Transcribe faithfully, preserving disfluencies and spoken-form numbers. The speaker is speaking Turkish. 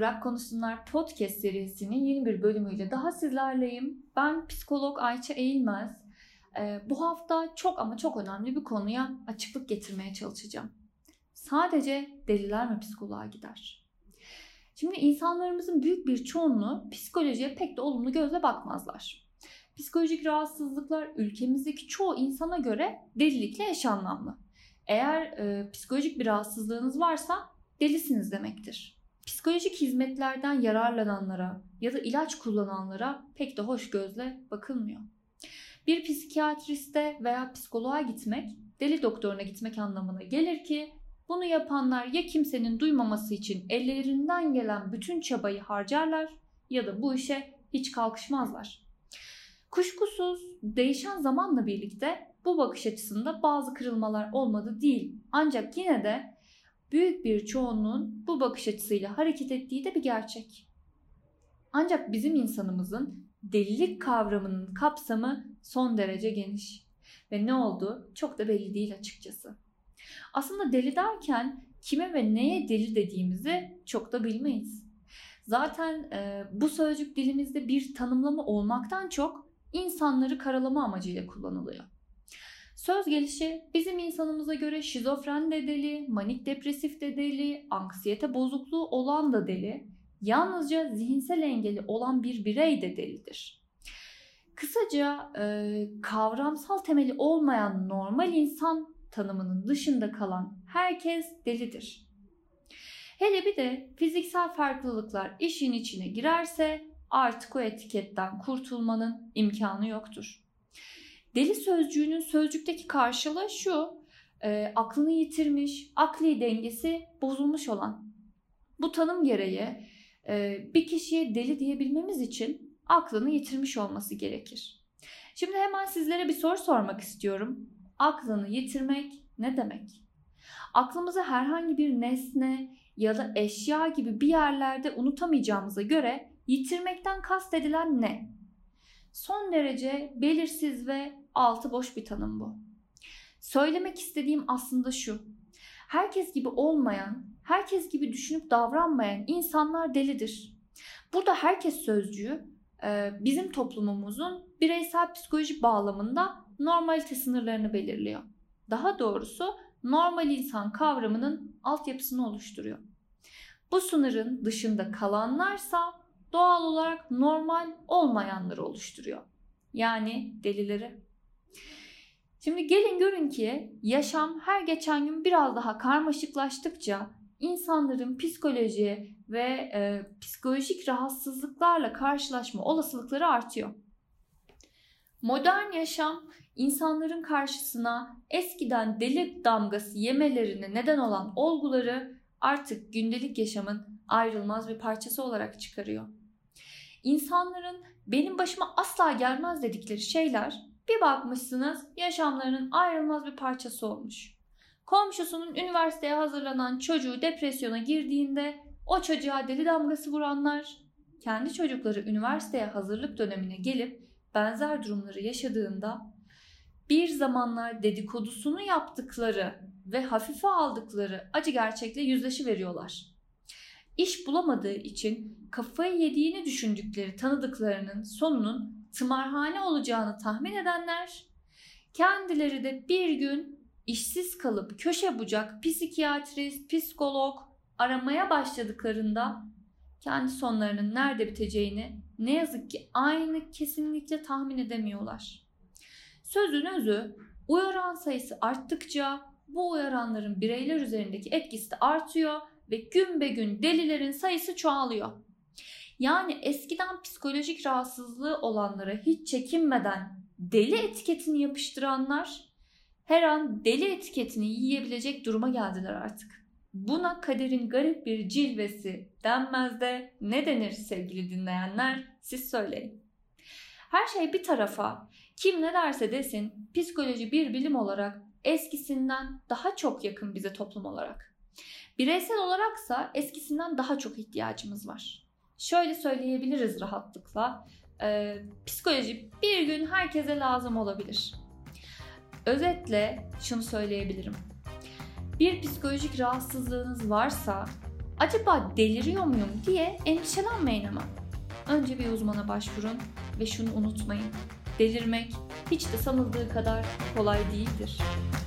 Bırak Konuşsunlar podcast serisinin yeni bir bölümüyle daha sizlerleyim. Ben psikolog Ayça Eğilmez. Ee, bu hafta çok ama çok önemli bir konuya açıklık getirmeye çalışacağım. Sadece deliler mi psikoloğa gider? Şimdi insanlarımızın büyük bir çoğunluğu psikolojiye pek de olumlu gözle bakmazlar. Psikolojik rahatsızlıklar ülkemizdeki çoğu insana göre delilikle eş anlamlı. Eğer e, psikolojik bir rahatsızlığınız varsa delisiniz demektir. Psikolojik hizmetlerden yararlananlara ya da ilaç kullananlara pek de hoş gözle bakılmıyor. Bir psikiyatriste veya psikoloğa gitmek, deli doktoruna gitmek anlamına gelir ki bunu yapanlar ya kimsenin duymaması için ellerinden gelen bütün çabayı harcarlar ya da bu işe hiç kalkışmazlar. Kuşkusuz değişen zamanla birlikte bu bakış açısında bazı kırılmalar olmadı değil. Ancak yine de büyük bir çoğunluğun bu bakış açısıyla hareket ettiği de bir gerçek. Ancak bizim insanımızın delilik kavramının kapsamı son derece geniş. Ve ne oldu çok da belli değil açıkçası. Aslında deli derken kime ve neye deli dediğimizi çok da bilmeyiz. Zaten e, bu sözcük dilimizde bir tanımlama olmaktan çok insanları karalama amacıyla kullanılıyor. Söz gelişi bizim insanımıza göre şizofren de deli, manik depresif de deli, anksiyete bozukluğu olan da deli, yalnızca zihinsel engeli olan bir birey de delidir. Kısaca e, kavramsal temeli olmayan normal insan tanımının dışında kalan herkes delidir. Hele bir de fiziksel farklılıklar işin içine girerse artık o etiketten kurtulmanın imkanı yoktur. Deli sözcüğünün sözcükteki karşılığı şu, e, aklını yitirmiş, akli dengesi bozulmuş olan. Bu tanım gereği e, bir kişiye deli diyebilmemiz için aklını yitirmiş olması gerekir. Şimdi hemen sizlere bir soru sormak istiyorum. Aklını yitirmek ne demek? Aklımızı herhangi bir nesne ya da eşya gibi bir yerlerde unutamayacağımıza göre yitirmekten kastedilen ne? Son derece belirsiz ve altı boş bir tanım bu. Söylemek istediğim aslında şu. Herkes gibi olmayan, herkes gibi düşünüp davranmayan insanlar delidir. Burada herkes sözcüğü bizim toplumumuzun bireysel psikoloji bağlamında normalite sınırlarını belirliyor. Daha doğrusu normal insan kavramının altyapısını oluşturuyor. Bu sınırın dışında kalanlarsa doğal olarak normal olmayanları oluşturuyor. Yani delileri. Şimdi gelin görün ki yaşam her geçen gün biraz daha karmaşıklaştıkça insanların psikoloji ve e, psikolojik rahatsızlıklarla karşılaşma olasılıkları artıyor. Modern yaşam insanların karşısına eskiden deli damgası yemelerine neden olan olguları artık gündelik yaşamın ayrılmaz bir parçası olarak çıkarıyor. İnsanların benim başıma asla gelmez dedikleri şeyler bir bakmışsınız yaşamlarının ayrılmaz bir parçası olmuş. Komşusunun üniversiteye hazırlanan çocuğu depresyona girdiğinde o çocuğa deli damgası vuranlar, kendi çocukları üniversiteye hazırlık dönemine gelip benzer durumları yaşadığında bir zamanlar dedikodusunu yaptıkları ve hafife aldıkları acı gerçekle yüzleşiveriyorlar. İş bulamadığı için kafayı yediğini düşündükleri tanıdıklarının sonunun tımarhane olacağını tahmin edenler, kendileri de bir gün işsiz kalıp köşe bucak psikiyatrist, psikolog aramaya başladıklarında kendi sonlarının nerede biteceğini ne yazık ki aynı kesinlikle tahmin edemiyorlar. Sözün özü, uyaran sayısı arttıkça bu uyaranların bireyler üzerindeki etkisi de artıyor ve gün be gün delilerin sayısı çoğalıyor. Yani eskiden psikolojik rahatsızlığı olanlara hiç çekinmeden deli etiketini yapıştıranlar her an deli etiketini yiyebilecek duruma geldiler artık. Buna kaderin garip bir cilvesi denmez de ne denir sevgili dinleyenler, siz söyleyin. Her şey bir tarafa, kim ne derse desin psikoloji bir bilim olarak eskisinden daha çok yakın bize toplum olarak. Bireysel olaraksa eskisinden daha çok ihtiyacımız var. Şöyle söyleyebiliriz rahatlıkla, e, psikoloji bir gün herkese lazım olabilir. Özetle şunu söyleyebilirim. Bir psikolojik rahatsızlığınız varsa acaba deliriyor muyum diye endişelenmeyin hemen. Önce bir uzmana başvurun ve şunu unutmayın. Delirmek hiç de sanıldığı kadar kolay değildir.